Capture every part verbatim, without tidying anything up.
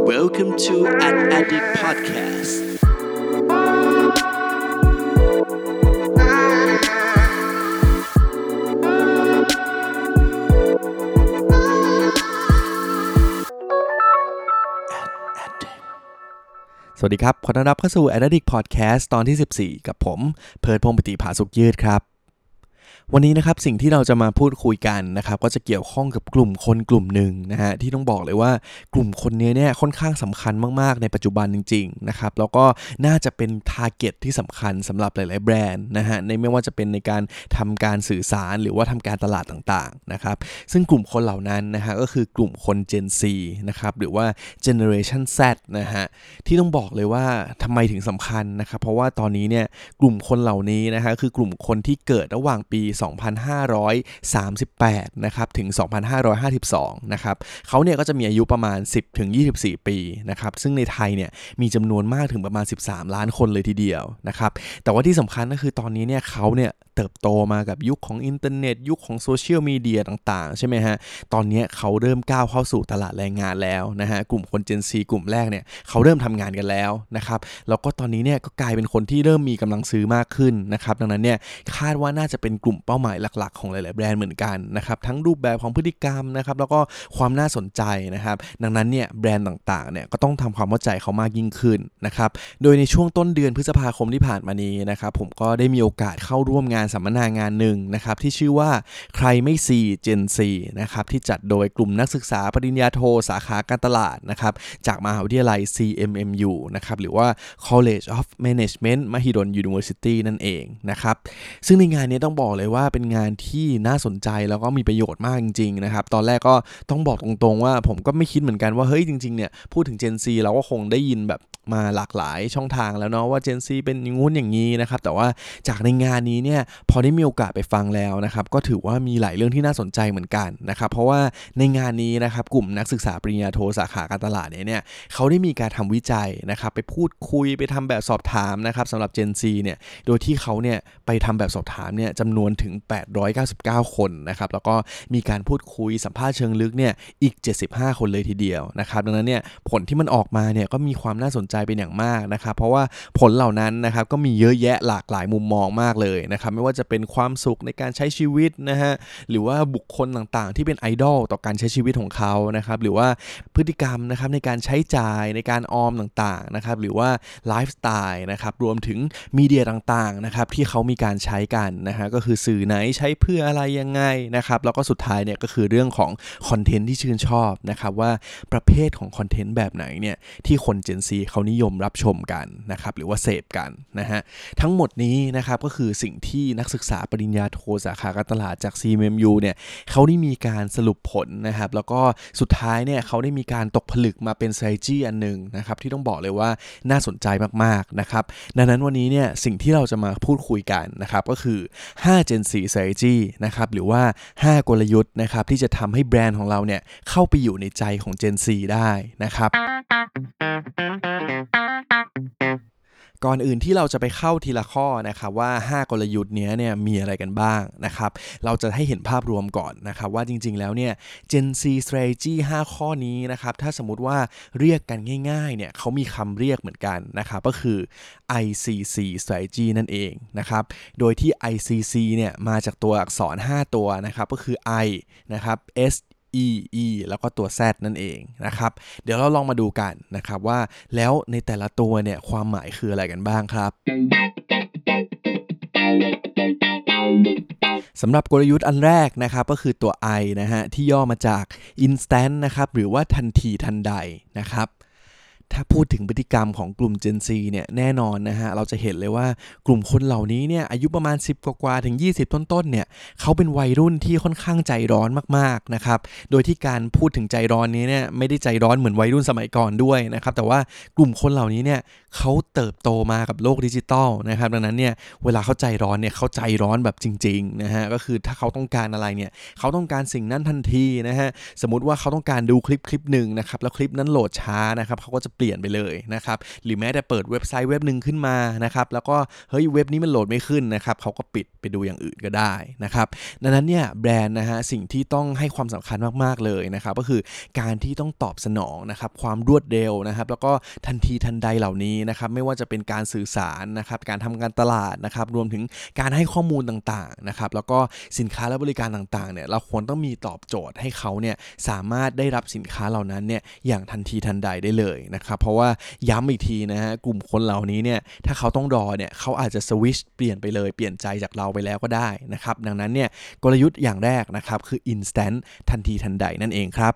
Welcome to Ad Addict Podcast สวัสดีครับขอต้อนรับเข้าสู่ Ad Addict Podcast ตอนที่สิบสี่กับผมเพิร์ทพงษ์ปิติผาสุขยืดครับวันนี้นะครับสิ่งที่เราจะมาพูดคุยกันนะครับก็จะเกี่ยวข้องกับกลุ่มคนกลุ่มหนึ่งนะฮะที่ต้องบอกเลยว่ากลุ่มคนนี้เนี่ยค่อนข้างสำคัญมากๆในปัจจุบันจริงๆนะครับแล้วก็น่าจะเป็นทาร์เก็ตที่สำคัญสำหรับหลายๆแบรนด์นะฮะในไม่ว่าจะเป็นในการทำการสื่อสารหรือว่าทำการตลาดต่างๆนะครับซึ่งกลุ่มคนเหล่านั้นนะฮะก็คือกลุ่มคน Gen Z นะครับหรือว่า Generation Z นะฮะที่ต้องบอกเลยว่าทำไมถึงสำคัญนะครับเพราะว่าตอนนี้เนี่ยกลุ่มคนเหล่านี้นะฮะคือกลุ่มคนที่เกิดระหว่างปีสองพันห้าร้อยสามสิบแปดนะครับถึงสองพันห้าร้อยห้าสิบสองนะครับเขาเนี่ยก็จะมีอายุประมาณ สิบถึงยี่สิบสี่ ปีนะครับซึ่งในไทยเนี่ยมีจำนวนมากถึงประมาณสิบสามล้านคนเลยทีเดียวนะครับแต่ว่าที่สำคัญก็คือตอนนี้เนี่ยเขาเนี่ยเติบโตมากับยุคของอินเทอร์เน็ตยุคของโซเชียลมีเดียต่างๆใช่ไหมฮะตอนนี้เขาเริ่มก้าวเข้าสู่ตลาดแรงงานแล้วนะฮะกลุ่มคน Gen Z กลุ่มแรกเนี่ยเขาเริ่มทำงานกันแล้วนะครับแล้วก็ตอนนี้เนี่ยก็กลายเป็นคนที่เริ่มมีกำลังซื้อมากขึ้นนะครับดังนั้นเนี่ยคาดว่าน่าจะเป็นกลุ่มเป้าหมายหลักๆของหลายๆแบรนด์เหมือนกันนะครับทั้งรูปแบบของพฤติกรรมนะครับแล้วก็ความน่าสนใจนะครับดังนั้นเนี่ยแบรนด์ต่างๆเนี่ยก็ต้องทำความเข้าใจเขามากยิ่งขึ้นนะครับโดยในช่วงต้นเดือนพฤษภาคมที่ผ่านมานี้นะครับผมก็ได้มีโอกาสเข้าร่วมงานสัมมนางานหนึ่งนะครับที่ชื่อว่าใครไม่ C Gen Z นะครับที่จัดโดยกลุ่มนักศึกษาปริญญาโทสาขาการตลาดนะครับจากมหาวิทยาลัย ซี เอ็ม เอ็ม ยู นะครับหรือว่า College of Management มหิดล University นั่นเองนะครับซึ่งในงานนี้ต้องบอกเลยว่าเป็นงานที่น่าสนใจแล้วก็มีประโยชน์มากจริงๆนะครับตอนแรกก็ต้องบอกตรงๆว่าผมก็ไม่คิดเหมือนกันว่าเฮ้ยจริงๆเนี่ยพูดถึง Gen Z เราก็คงได้ยินแบบมาหลากหลายช่องทางแล้วเนาะว่า Gen Z เป็นอย่างงู้นอย่างนี้นะครับแต่ว่าจากในงานนี้เนี่ยพอได้มีโอกาสไปฟังแล้วนะครับก็ถือว่ามีหลายเรื่องที่น่าสนใจเหมือนกันนะครับเพราะว่าในงานนี้นะครับกลุ่มนักศึกษาปริญญาโทสาขาการตลาดเนี่ยเขาได้มีการทำวิจัยนะครับไปพูดคุยไปทำแบบสอบถามนะครับสำหรับ Gen Z เนี่ยโดยที่เขาเนี่ยไปทำแบบสอบถามเนี่ยจำนวนถึงแปดร้อยเก้าสิบเก้าคนนะครับแล้วก็มีการพูดคุยสัมภาษณ์เชิงลึกเนี่ยอีกเจ็ดสิบห้าคนเลยทีเดียวนะครับดังนั้นเนี่ยผลที่มันออกมาเนี่ยก็มีความน่าสนใจเป็นอย่างมากนะครับเพราะว่าผลเหล่านั้นนะครับก็มีเยอะแยะหลากหลายมุมมองมากเลยนะครับไม่ว่าจะเป็นความสุขในการใช้ชีวิตนะฮะหรือว่าบุคคลต่างๆที่เป็นไอดอลต่อการใช้ชีวิตของเขานะครับหรือว่าพฤติกรรมนะครับในการใช้จ่ายในการออมต่างๆนะครับหรือว่าไลฟ์สไตล์นะครับรวมถึงมีเดียต่างๆนะครับที่เขามีการใช้กันนะฮะก็คือสื่อไหนใช้เพื่ออะไรยังไงนะครับแล้วก็สุดท้ายเนี่ยก็คือเรื่องของคอนเทนต์ที่ชื่นชอบนะครับว่าประเภทของคอนเทนต์แบบไหนเนี่ยที่คน Gen Z เขานิยมรับชมกันนะครับหรือว่าเสพกันนะฮะทั้งหมดนี้นะครับก็คือสิ่งที่นักศึกษาปริญญาโทสาขาการตลาดจาก ซี เอ็ม ยู เนี่ยเขาได้มีการสรุปผลนะครับแล้วก็สุดท้ายเนี่ยเขาได้มีการตกผลึกมาเป็น strategy อันนึงนะครับที่ต้องบอกเลยว่าน่าสนใจมากๆนะครับดังนั้นวันนี้เนี่ยสิ่งที่เราจะมาพูดคุยกันนะครับก็คือห้า Gen Z strategy นะครับหรือว่าห้ากลยุทธ์นะครับที่จะทำให้แบรนด์ของเราเนี่ยเข้าไปอยู่ในใจของ Gen Z ได้นะครับก่อนอื่นที่เราจะไปเข้าทีละข้อนะครับว่าห้ากลยุทธ์นี้เนี่ยมีอะไรกันบ้างนะครับเราจะให้เห็นภาพรวมก่อนนะครับว่าจริงๆแล้วเนี่ย Gen Z strategy ห้าข้อนี้นะครับถ้าสมมุติว่าเรียกกันง่ายๆเนี่ยเขามีคำเรียกเหมือนกันนะครับก็คือ ไอ ซี ซี strategy นั่นเองนะครับโดยที่ ไอ ซี ซี เนี่ยมาจากตัวอักษรห้าตัวนะครับก็คือ I นะครับ S E E แล้วก็ตัว Z นั่นเองนะครับเดี๋ยวเราลองมาดูกันนะครับว่าแล้วในแต่ละตัวเนี่ยความหมายคืออะไรกันบ้างครับสำหรับกลยุทธ์อันแรกนะครับก็คือตัว I นะฮะที่ย่อมาจาก instant นะครับหรือว่าทันทีทันใดนะครับถ้าพูดถึงพฤติกรรมของกลุ่ม Gen Z เนี่ยแน่นอนนะฮะเราจะเห็นเลยว่ากลุ่มคนเหล่านี้เนี่ยอายุประมาณสิบกว่าๆถึงยี่สิบต้นๆเนี่ยเขาเป็นวัยรุ่นที่ค่อนข้างใจร้อนมากๆนะครับโดยที่การพูดถึงใจร้อนนี้เนี่ยไม่ได้ใจร้อนเหมือนวัยรุ่นสมัยก่อนด้วยนะครับแต่ว่ากลุ่มคนเหล่านี้เนี่ยเขาเติบโตมากับโลกดิจิตอลนะครับดังนั้นเนี่ยเวลาเขาใจร้อนเนี่ยเขาใจร้อนแบบจริงๆนะฮะก็คือถ้าเขาต้องการอะไรเนี่ยเขาต้องการสิ่งนั้นทันทีนะฮะสมมุติว่าเขาต้องการดูคลิปคลิปหนึ่งนะครับแล้วคลิปนั้นโหลดช้านะครับเขาก็จะเปลี่ยนไปเลยนะครับหรือแม้แต่เปิดเว็บไซต์เว็บนึงขึ้นมานะครับแล้วก็เฮ้ยเว็บนี้มันโหลดไม่ขึ้นนะครับเขาก็ปิดไปดูอย่างอื่นก็ได้นะครับดังนั้นเนี่ยแบรนด์นะฮะสิ่งที่ต้องให้ความสำคัญมากๆเลยนะครับก็คือการที่ต้องตอบสนองนะครับความรวดเร็วนะครับแล้วก็ทันทีทันใดเหล่านี้นะครับไม่ว่าจะเป็นการสื่อสารนะครับการทำการตลาดนะครับรวมถึงการให้ข้อมูลต่างๆนะครับแล้วก็สินค้าและบริการต่างๆเนี่ยเราควรต้องมีตอบโจทย์ให้เขาเนี่ยสามารถได้รับสินค้าเหล่านั้นเนี่ยอย่างทันทีทันใดได้เลยนะครับเพราะว่าย้ำอีกทีนะฮะกลุ่มคนเหล่านี้เนี่ยถ้าเขาต้องรอเนี่ยเขาอาจจะสวิชเปลี่ยนไปเลยเปลี่ยนใจจากเราไปแล้วก็ได้นะครับดังนั้นเนี่ยกลยุทธ์อย่างแรกนะครับคือ instant ทันทีทันใดนั่นเองครับ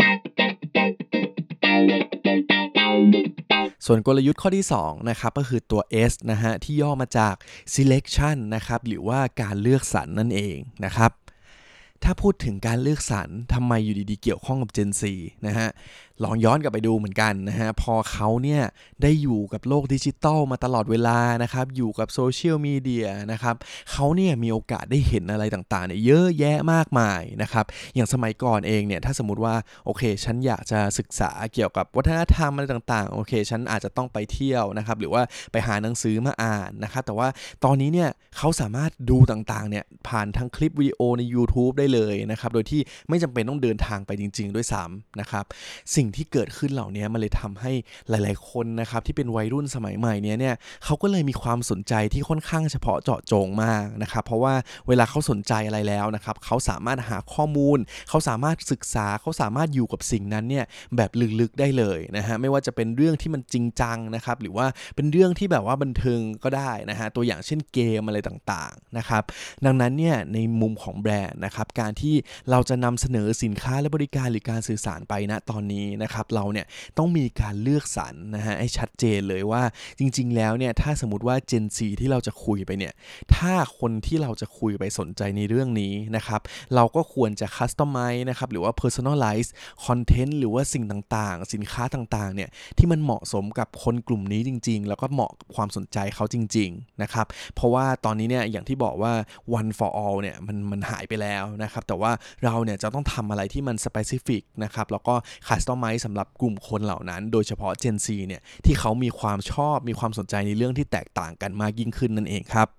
ส่วนกลยุทธ์ข้อที่สองนะครับก็คือตัว S นะฮะที่ย่อมาจาก selection นะครับหรือว่าการเลือกสรรนั่นเองนะครับถ้าพูดถึงการเลือกสรรทำไมอยู่ดีๆเกี่ยวข้องกับ Gen Z นะฮะลองย้อนกลับไปดูเหมือนกันนะฮะพอเขาเนี่ยได้อยู่กับโลกดิจิทัลมาตลอดเวลานะครับอยู่กับโซเชียลมีเดียนะครับเขาเนี่ยมีโอกาสได้เห็นอะไรต่างๆเนี่ยเยอะแยะมากมายนะครับอย่างสมัยก่อนเองเนี่ยถ้าสมมุติว่าโอเคฉันอยากจะศึกษาเกี่ยวกับวัฒนธรรมอะไรต่างๆโอเคฉันอาจจะต้องไปเที่ยวนะครับหรือว่าไปหาหนังสือมาอ่านนะครับแต่ว่าตอนนี้เนี่ยเขาสามารถดูต่างๆเนี่ยผ่านทั้งคลิปวิดีโอใน YouTube ได้เลยนะครับโดยที่ไม่จำเป็นต้องเดินทางไปจริงๆด้วยซ้ำนะครับสิ่งที่เกิดขึ้นเหล่านี้มันเลยทำให้หลายๆคนนะครับที่เป็นวัยรุ่นสมัยใหม่เนี้ยเนี่ยเขาก็เลยมีความสนใจที่ค่อนข้างเฉพาะเจาะจงมากนะครับเพราะว่าเวลาเขาสนใจอะไรแล้วนะครับเขาสามารถหาข้อมูลเขาสามารถศึกษาเขาสามารถอยู่กับสิ่งนั้นเนี่ยแบบลึกๆได้เลยนะฮะไม่ว่าจะเป็นเรื่องที่มันจริงจังนะครับหรือว่าเป็นเรื่องที่แบบว่าบันเทิงก็ได้นะฮะตัวอย่างเช่นเกมอะไรต่างๆนะครับดังนั้นเนี่ยในมุมของแบรนด์นะครับการที่เราจะนำเสนอสินค้าและบริการหรือการสื่อสารไปณตอนนี้นะครับเราเนี่ยต้องมีการเลือกสรรนะฮะให้ชัดเจนเลยว่าจริงๆแล้วเนี่ยถ้าสมมติว่า Gen Z ที่เราจะคุยไปเนี่ยถ้าคนที่เราจะคุยไปสนใจในเรื่องนี้นะครับเราก็ควรจะ customize นะครับหรือว่า personalize content หรือว่าสิ่งต่างๆสินค้าต่างๆเนี่ยที่มันเหมาะสมกับคนกลุ่มนี้จริงๆแล้วก็เหมาะกับความสนใจเขาจริงๆนะครับเพราะว่าตอนนี้เนี่ยอย่างที่บอกว่า one for all เนี่ยมันมันหายไปแล้วนะครับแต่ว่าเราเนี่ยจะต้องทำอะไรที่มัน specific นะครับแล้วก็ customize สำหรับกลุ่มคนเหล่านั้นโดยเฉพาะ Gen Z เนี่ยที่เขามีความชอบมีความสนใจในเรื่องที่แตกต่างกันมากยิ่งขึ้นนั่นเองครับ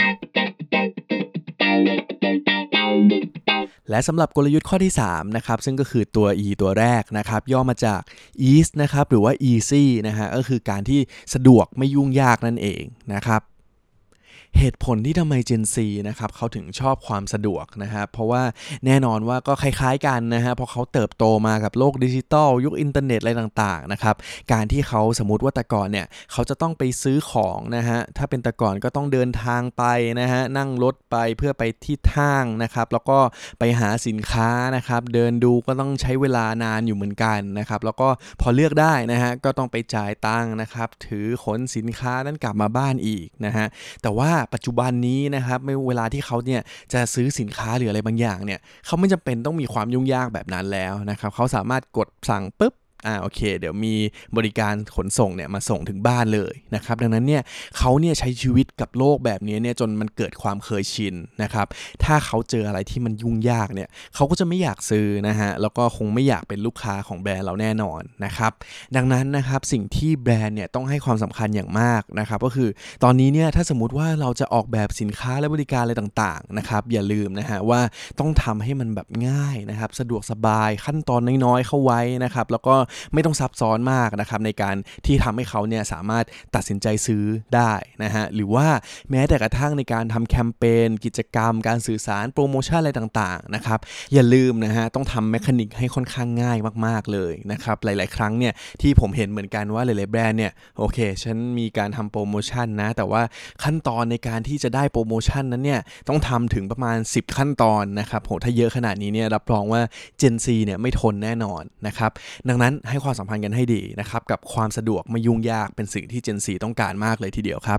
และสำหรับกลยุทธ์ข้อที่สามนะครับซึ่งก็คือตัว E ตัวแรกนะครับย่อมาจาก Ease นะครับหรือว่า Easy นะฮะก็คือการที่สะดวกไม่ยุ่งยากนั่นเองนะครับเหตุผลที่ทำไม Gen Z นะครับเขาถึงชอบความสะดวกนะครับเพราะว่าแน่นอนว่าก็คล้ายๆกันนะฮะเพราะเขาเติบโตมากับโลกดิจิทัลยุคอินเทอร์เน็ตอะไรต่างๆนะครับการที่เขาสมมุติว่าแต่ก่อนเนี่ยเขาจะต้องไปซื้อของนะฮะถ้าเป็นแต่ก่อนก็ต้องเดินทางไปนะฮะนั่งรถไปเพื่อไปที่ห้างนะครับแล้วก็ไปหาสินค้านะครับเดินดูก็ต้องใช้เวลานานอยู่เหมือนกันนะครับแล้วก็พอเลือกได้นะฮะก็ต้องไปจ่ายตังค์นะครับถือขนสินค้านั้นกลับมาบ้านอีกนะฮะแต่ว่าปัจจุบันนี้นะครับไม่เวลาที่เขาเนี่ยจะซื้อสินค้าหรืออะไรบางอย่างเนี่ยเขาไม่จำเป็นต้องมีความยุ่งยากแบบนั้นแล้วนะครับเขาสามารถกดสั่งปุ๊บอ่าโอเคเดี๋ยวมีบริการขนส่งเนี่ยมาส่งถึงบ้านเลยนะครับดังนั้นเนี่ยเขาเนี่ยใช้ชีวิตกับโลกแบบนี้เนี่ยจนมันเกิดความเคยชินนะครับถ้าเขาเจออะไรที่มันยุ่งยากเนี่ยเขาก็จะไม่อยากซื้อนะฮะแล้วก็คงไม่อยากเป็นลูกค้าของแบรนด์เราแน่นอนนะครับดังนั้นนะครับสิ่งที่แบรนด์เนี่ยต้องให้ความสำคัญอย่างมากนะครับก็คือตอนนี้เนี่ยถ้าสมมุติว่าเราจะออกแบบสินค้าและบริการอะไรต่างๆนะครับอย่าลืมนะฮะว่าต้องทำให้มันแบบง่ายนะครับสะดวกสบายขั้นตอนน้อยๆเข้าไว้นะครับแล้วก็ไม่ต้องซับซ้อนมากนะครับในการที่ทำให้เขาเนี่ยสามารถตัดสินใจซื้อได้นะฮะหรือว่าแม้แต่กระทั่งในการทำแคมเปญกิจกรรมการสื่อสารโปรโมชั่นอะไรต่างๆนะครับอย่าลืมนะฮะต้องทำแมคานิกให้ค่อนข้างง่ายมากๆเลยนะครับหลายๆครั้งเนี่ยที่ผมเห็นเหมือนกันว่าหลายๆแบรนด์เนี่ยโอเคฉันมีการทำโปรโมชั่นนะแต่ว่าขั้นตอนในการที่จะได้โปรโมชั่นนั้นเนี่ยต้องทำถึงประมาณสิบขั้นตอนนะครับโหถ้าเยอะขนาดนี้เนี่ยรับรองว่า Gen Z เนี่ยไม่ทนแน่นอนนะครับดังนั้นให้ความสัมพันธ์กันให้ดีนะครับกับความสะดวกไม่ยุ่งยากเป็นสิ่งที่ Gen Z ต้องการมากเลยทีเดียวครับ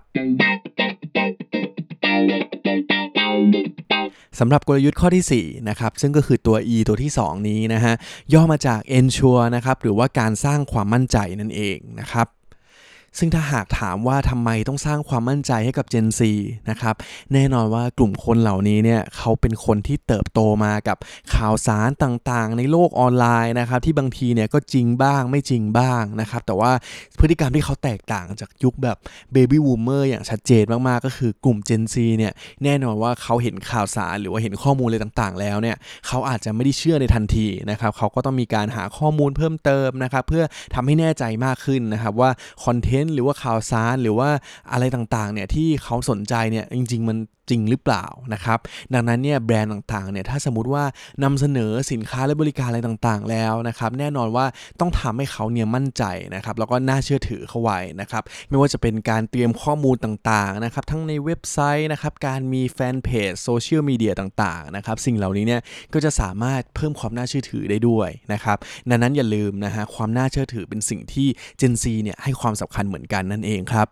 สำหรับกลยุทธ์ข้อที่สี่นะครับซึ่งก็คือตัว E ตัวที่สองนี้นะฮะย่อมาจาก Ensure นะครับหรือว่าการสร้างความมั่นใจนั่นเองนะครับซึ่งถ้าหากถามว่าทำไมต้องสร้างความมั่นใจให้กับ Gen Z นะครับแน่นอนว่ากลุ่มคนเหล่านี้เนี่ยเขาเป็นคนที่เติบโตมากับข่าวสารต่างๆในโลกออนไลน์นะครับที่บางทีเนี่ยก็จริงบ้างไม่จริงบ้างนะครับแต่ว่าพฤติกรรมที่เขาแตกต่างจากยุคแบบ Baby Boomer อย่างชัดเจนมากๆก็คือกลุ่ม Gen Z เนี่ยแน่นอนว่าเขาเห็นข่าวสารหรือว่าเห็นข้อมูลอะไรต่างๆแล้วเนี่ยเขาอาจจะไม่ได้เชื่อในทันทีนะครับเขาก็ต้องมีการหาข้อมูลเพิ่มเติมนะครับเพื่อทำให้แน่ใจมากขึ้นนะครับว่าคอนเทนต์หรือว่าข่าวสารหรือว่าอะไรต่างๆเนี่ยที่เขาสนใจเนี่ยจริงๆมันจริงหรือเปล่านะครับดังนั้นเนี่ยแบรนด์ต่างๆเนี่ยถ้าสมมุติว่านำเสนอสินค้าและบริการอะไรต่างๆแล้วนะครับแน่นอนว่าต้องทำให้เขาเนี่ยมั่นใจนะครับแล้วก็น่าเชื่อถือเข้าไว้นะครับไม่ว่าจะเป็นการเตรียมข้อมูลต่างๆนะครับทั้งในเว็บไซต์นะครับการมีแฟนเพจโซเชียลมีเดียต่างๆนะครับสิ่งเหล่านี้เนี่ยก็จะสามารถเพิ่มความน่าเชื่อถือได้ด้วยนะครับดังนั้นอย่าลืมนะฮะความน่าเชื่อถือเป็นสิ่งที่ Gen Z เนี่ยให้ความสำคัญเหมือนกันนั่นเองครับ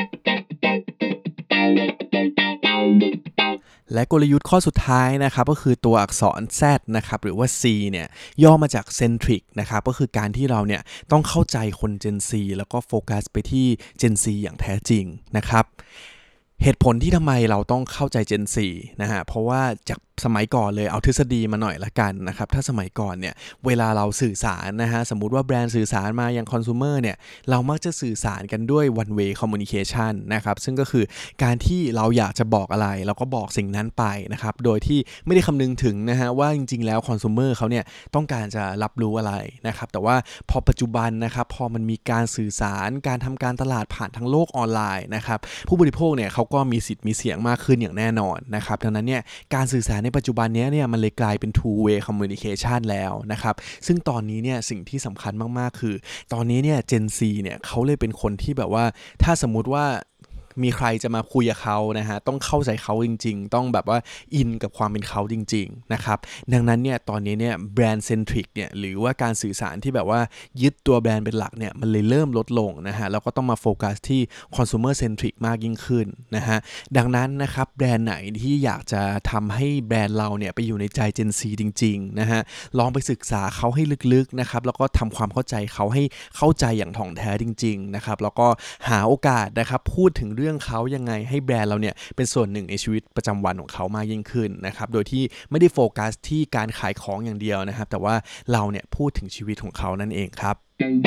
และกลยุทธ์ข้อสุดท้ายนะครับก็คือตัวอักษร Z นะครับหรือว่า C เนี่ยย่อมาจาก centric นะครับก็คือการที่เราเนี่ยต้องเข้าใจคน Gen Z แล้วก็โฟกัสไปที่ Gen Z อย่างแท้จริงนะครับเหตุผลที่ทำไมเราต้องเข้าใจ Gen Z นะฮะเพราะว่าจากสมัยก่อนเลยเอาทฤษฎีมาหน่อยละกันนะครับถ้าสมัยก่อนเนี่ยเวลาเราสื่อสารนะฮะสมมุติว่าแบรนด์สื่อสารมายังคอน sumer เนี่ยเรามักจะสื่อสารกันด้วย one way communication นะครับซึ่งก็คือการที่เราอยากจะบอกอะไรเราก็บอกสิ่งนั้นไปนะครับโดยที่ไม่ได้คำนึงถึงนะฮะว่าจริงๆแล้วคอน sumer เขาเนี่ยต้องการจะรับรู้อะไรนะครับแต่ว่าพอปัจจุบันนะครับพอมันมีการสื่อสารการทำการตลาดผ่านทางโลกออนไลน์นะครับผู้บริโภคเนี่ยเขาก็มีสิทธิ์มีเสียงมากขึ้นอย่างแน่นอนนะครับดังนั้นเนี่ยการสื่อสารในปัจจุบันนี้เนี่ยมันเลยกลายเป็น two way communication แล้วนะครับซึ่งตอนนี้เนี่ยสิ่งที่สำคัญมากๆคือตอนนี้เนี่ย Gen Z เนี่ยเขาเลยเป็นคนที่แบบว่าถ้าสมมุติว่ามีใครจะมาคุยกับเขานะฮะต้องเข้าใจเขาจริงๆต้องแบบว่าอินกับความเป็นเขาจริงๆนะครับดังนั้นเนี่ยตอนนี้เนี่ยแบรนด์เซนทริกเนี่ยหรือว่าการสื่อสารที่แบบว่ายึดตัวแบรนด์เป็นหลักเนี่ยมันเลยเริ่มลดลงนะฮะแล้วก็ต้องมาโฟกัสที่ consumer centric มากยิ่งขึ้นนะฮะดังนั้นนะครับแบรนด์ไหนที่อยากจะทำให้แบรนด์เราเนี่ยไปอยู่ในใจ Gen Z จริงๆนะฮะลองไปศึกษาเขาให้ลึกๆนะครับแล้วก็ทำความเข้าใจเขาให้เข้าใจอย่างถ่องแท้จริงๆนะครับแล้วก็หาโอกาสนะครับพูดถึงเรื่องเขายังไงให้แบรนด์เราเนี่ยเป็นส่วนหนึ่งในชีวิตประจำวันของเขามากยิ่งขึ้นนะครับโดยที่ไม่ได้โฟกัสที่การขายของอย่างเดียวนะครับแต่ว่าเราเนี่ยพูดถึงชีวิตของเขานั่นเองครับ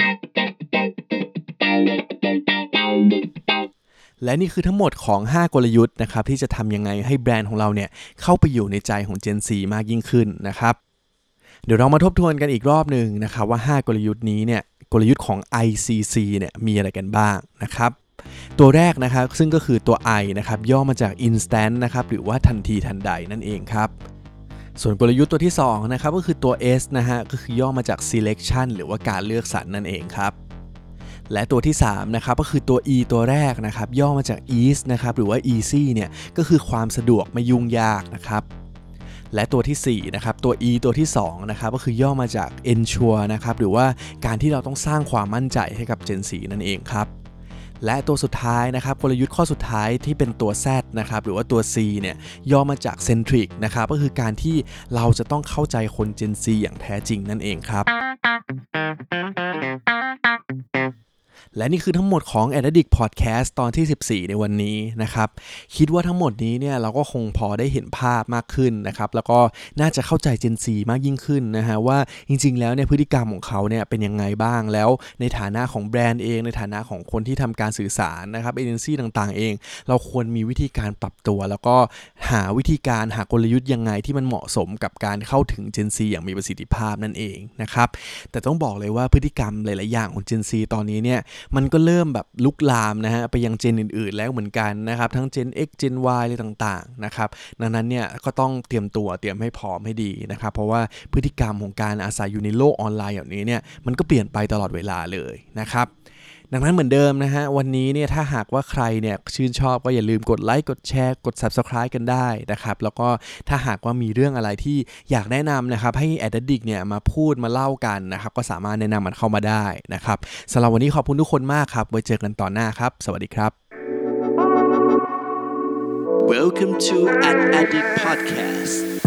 และนี่คือทั้งหมดของห้ากลยุทธ์นะครับที่จะทำยังไงให้แบรนด์ของเราเนี่ยเข้าไปอยู่ในใจของ Gen Z มากยิ่งขึ้นนะครับเดี๋ยวเรามาทบทวนกันอีกรอบนึงนะครับว่าห้ากลยุทธ์นี้เนี่ยกลยุทธ์ของ ไอ ซี ซี เนี่ยมีอะไรกันบ้างนะครับตัวแรกนะครับซึ่งก็คือตัว I นะครับย่อมาจาก instant นะครับหรือว่าทันทีทันใดนั่นเองครับส่วนกลยุทธ์ตัวที่สองนะครับก็คือตัว S นะฮะก็คือย่อมาจาก selection หรือว่าการเลือกสรรนั่นเองครับและตัวที่สามนะครับก็คือตัว E ตัวแรกนะครับย่อมาจาก ease นะครับหรือว่า easy เนี่ยก็คือความสะดวกไม่ยุ่งยากนะครับและตัวที่สี่นะครับตัว E ตัวที่สองนะครับก็คือย่อมาจาก ensure นะครับหรือว่าการที่เราต้องสร้างความมั่นใจให้กับ Gen Z นั่นเองครับและตัวสุดท้ายนะครับกลยุทธ์ข้อสุดท้ายที่เป็นตัว Z นะครับหรือว่าตัว C เนี่ยย่อมาจาก centric นะครับก็คือการที่เราจะต้องเข้าใจคน Gen Z อย่างแท้จริงนั่นเองครับและนี่คือทั้งหมดของ Addict Podcast ตอนที่สิบสี่ในวันนี้นะครับคิดว่าทั้งหมดนี้เนี่ยเราก็คงพอได้เห็นภาพมากขึ้นนะครับแล้วก็น่าจะเข้าใจ Gen Z มากยิ่งขึ้นนะฮะว่าจริงๆแล้วเนี่ยพฤติกรรมของเขาเนี่ยเป็นยังไงบ้างแล้วในฐานะของแบรนด์เองในฐานะของคนที่ทำการสื่อสารนะครับเอเจนซี่ต่างๆเองเราควรมีวิธีการปรับตัวแล้วก็หาวิธีการหากลยุทธ์ยังไงที่มันเหมาะสมกับการเข้าถึง Gen Z อย่างมีประสิทธิภาพนั่นเองนะครับแต่ต้องบอกเลยว่าพฤติกรรมหลายๆอย่างของ Gen Z ตอนนี้เนี่ยมันก็เริ่มแบบลุกลามนะฮะไปยังเจนอื่นๆแล้วเหมือนกันนะครับทั้ง Gen X Gen Y อะไรต่างๆนะครับดังนั้นเนี่ยก็ต้องเตรียมตัวเตรียมให้พร้อมให้ดีนะครับเพราะว่าพฤติกรรมของการอาศัยอยู่ในโลกออนไลน์อย่างนี้เนี่ยมันก็เปลี่ยนไปตลอดเวลาเลยนะครับดังนั้นเหมือนเดิมนะฮะวันนี้เนี่ยถ้าหากว่าใครเนี่ยชื่นชอบก็อย่าลืมกดไลค์กดแชร์กด Subscribe กันได้นะครับแล้วก็ถ้าหากว่ามีเรื่องอะไรที่อยากแนะนำนะครับให้ Addict เนี่ยมาพูดมาเล่ากันนะครับก็สามารถแนะนำมันเข้ามาได้นะครับสำหรับวันนี้ขอบคุณทุกคนมากครับไว้เจอกันตอนหน้าครับสวัสดีครับ Welcome to Addict Podcast